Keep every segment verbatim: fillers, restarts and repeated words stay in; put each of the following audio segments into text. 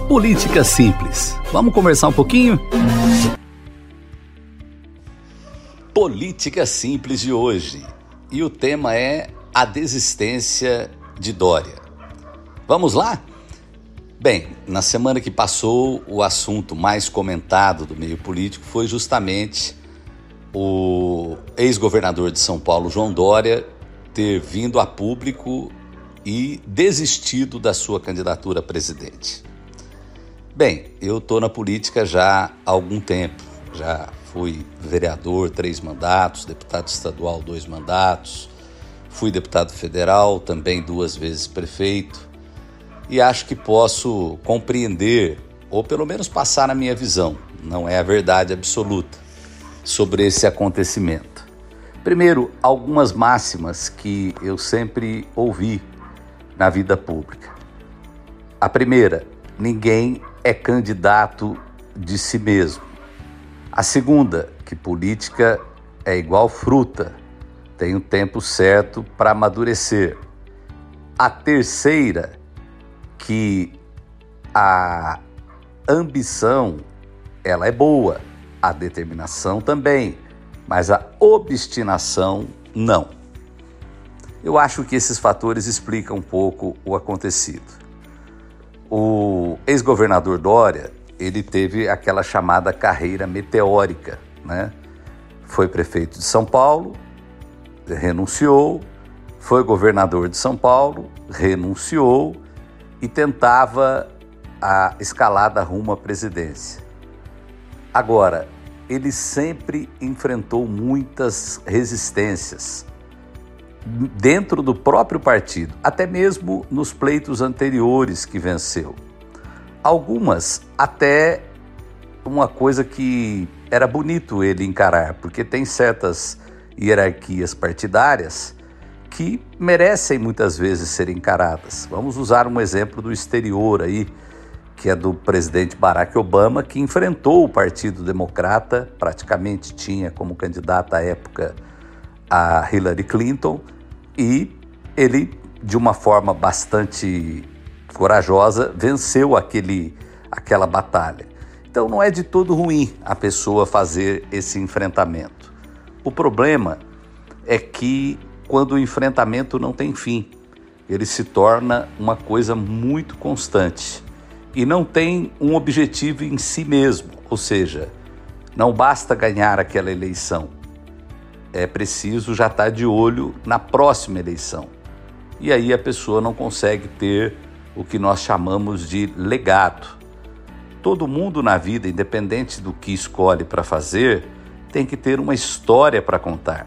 Política Simples. Vamos conversar um pouquinho? Política Simples de hoje. E o tema é a desistência de Dória. Vamos lá? Bem, na semana que passou, o assunto mais comentado do meio político foi justamente o ex-governador de São Paulo, João Dória, ter vindo a público e desistido da sua candidatura a presidente. Bem, eu estou na política já há algum tempo. Já fui vereador, três mandatos, deputado estadual, dois mandatos. Fui deputado federal, também duas vezes prefeito. E acho que posso compreender, ou pelo menos passar a minha visão, não é a verdade absoluta, sobre esse acontecimento. Primeiro, algumas máximas que eu sempre ouvi na vida pública. A primeira, ninguém é candidato de si mesmo. A segunda, que política é igual fruta, tem o tempo certo para amadurecer. A terceira, que a ambição, ela é boa, a determinação também, mas a obstinação não. Eu acho que esses fatores explicam um pouco o acontecido. O ex-governador Dória, ele teve aquela chamada carreira meteórica, né? Foi prefeito de São Paulo, renunciou, foi governador de São Paulo, renunciou e tentava a escalada rumo à presidência. Agora, ele sempre enfrentou muitas resistências dentro do próprio partido, até mesmo nos pleitos anteriores que venceu. Algumas até uma coisa que era bonito ele encarar, porque tem certas hierarquias partidárias que merecem muitas vezes ser encaradas. Vamos usar um exemplo do exterior aí, que é do presidente Barack Obama, que enfrentou o Partido Democrata, praticamente tinha como candidata à época a Hillary Clinton, e ele, de uma forma bastante corajosa, venceu aquele, aquela batalha. Então não é de todo ruim a pessoa fazer esse enfrentamento. O problema é que quando o enfrentamento não tem fim, ele se torna uma coisa muito constante e não tem um objetivo em si mesmo, ou seja, não basta ganhar aquela eleição, é preciso já estar de olho na próxima eleição. E aí a pessoa não consegue ter o que nós chamamos de legado. Todo mundo na vida, independente do que escolhe para fazer, tem que ter uma história para contar.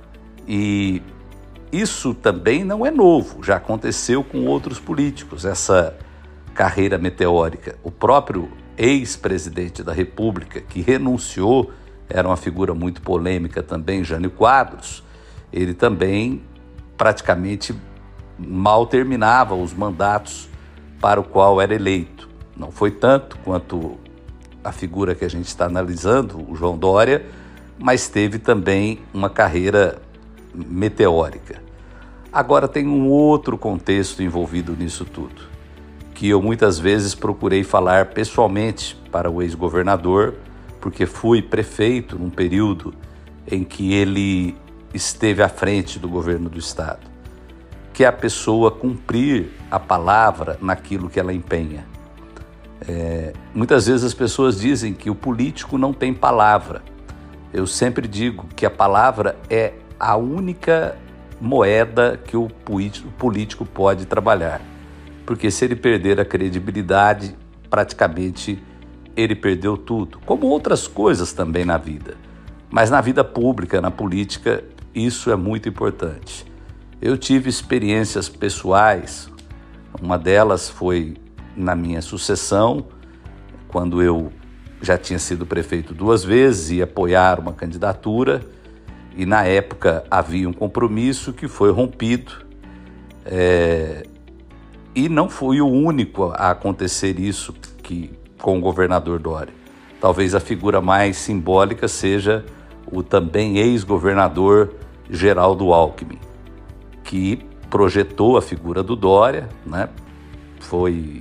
E isso também não é novo, já aconteceu com outros políticos, essa carreira meteórica. O próprio ex-presidente da República, que renunciou, era uma figura muito polêmica também, Jânio Quadros, ele também praticamente mal terminava os mandatos para o qual era eleito. Não foi tanto quanto a figura que a gente está analisando, o João Dória, mas teve também uma carreira meteórica. Agora tem um outro contexto envolvido nisso tudo, que eu muitas vezes procurei falar pessoalmente para o ex-governador, porque fui prefeito num período em que ele esteve à frente do governo do estado, que é a pessoa cumprir a palavra naquilo que ela empenha. É, muitas vezes as pessoas dizem que o político não tem palavra. Eu sempre digo que a palavra é a única moeda que o político pode trabalhar, porque se ele perder a credibilidade, praticamente ele perdeu tudo, como outras coisas também na vida. Mas na vida pública, na política, isso é muito importante. Eu tive experiências pessoais, uma delas foi na minha sucessão, quando eu já tinha sido prefeito duas vezes e apoiar uma candidatura, e na época havia um compromisso que foi rompido, é, e não fui o único a acontecer isso que, com o governador Dória. Talvez a figura mais simbólica seja o também ex-governador Geraldo Alckmin, que projetou a figura do Dória, né? Foi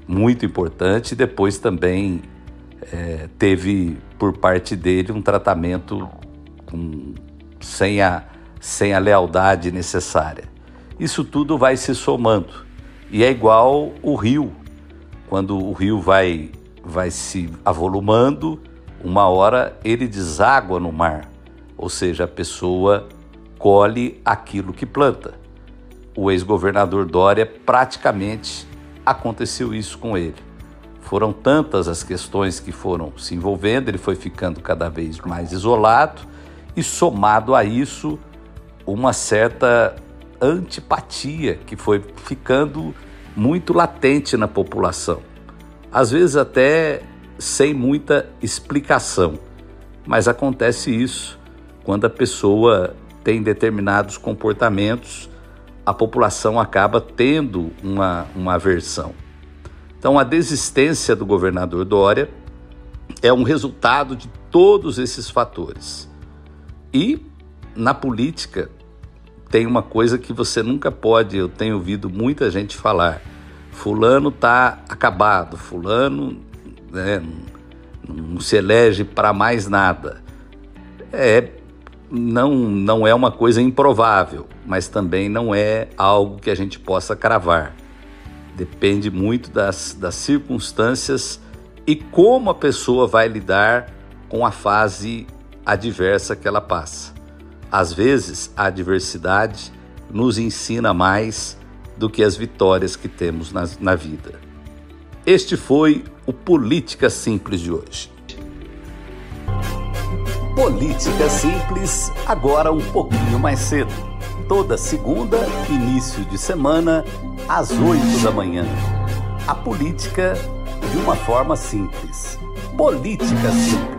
muito importante. Depois também é, teve por parte dele um tratamento com, sem, a, sem a lealdade necessária. Isso tudo vai se somando e é igual o rio. Quando o rio vai, vai se avolumando, uma hora ele deságua no mar, ou seja, a pessoa colhe aquilo que planta. O ex-governador Dória, praticamente aconteceu isso com ele. Foram tantas as questões que foram se envolvendo, ele foi ficando cada vez mais isolado e, somado a isso, uma certa antipatia que foi ficando muito latente na população. Às vezes até sem muita explicação, mas acontece isso quando a pessoa tem determinados comportamentos, a população acaba tendo uma, uma aversão. Então, a desistência do governador Dória é um resultado de todos esses fatores. E, na política, tem uma coisa que você nunca pode, eu tenho ouvido muita gente falar, fulano está acabado, fulano, né, não, não se elege para mais nada. É, não, não é uma coisa improvável, mas também não é algo que a gente possa cravar. Depende muito das, das circunstâncias e como a pessoa vai lidar com a fase adversa que ela passa. Às vezes, a adversidade nos ensina mais do que as vitórias que temos na, na vida. Este foi o Política Simples de hoje. Política Simples, agora um pouquinho mais cedo. Toda segunda, início de semana, às oito da manhã. A política de uma forma simples. Política Simples.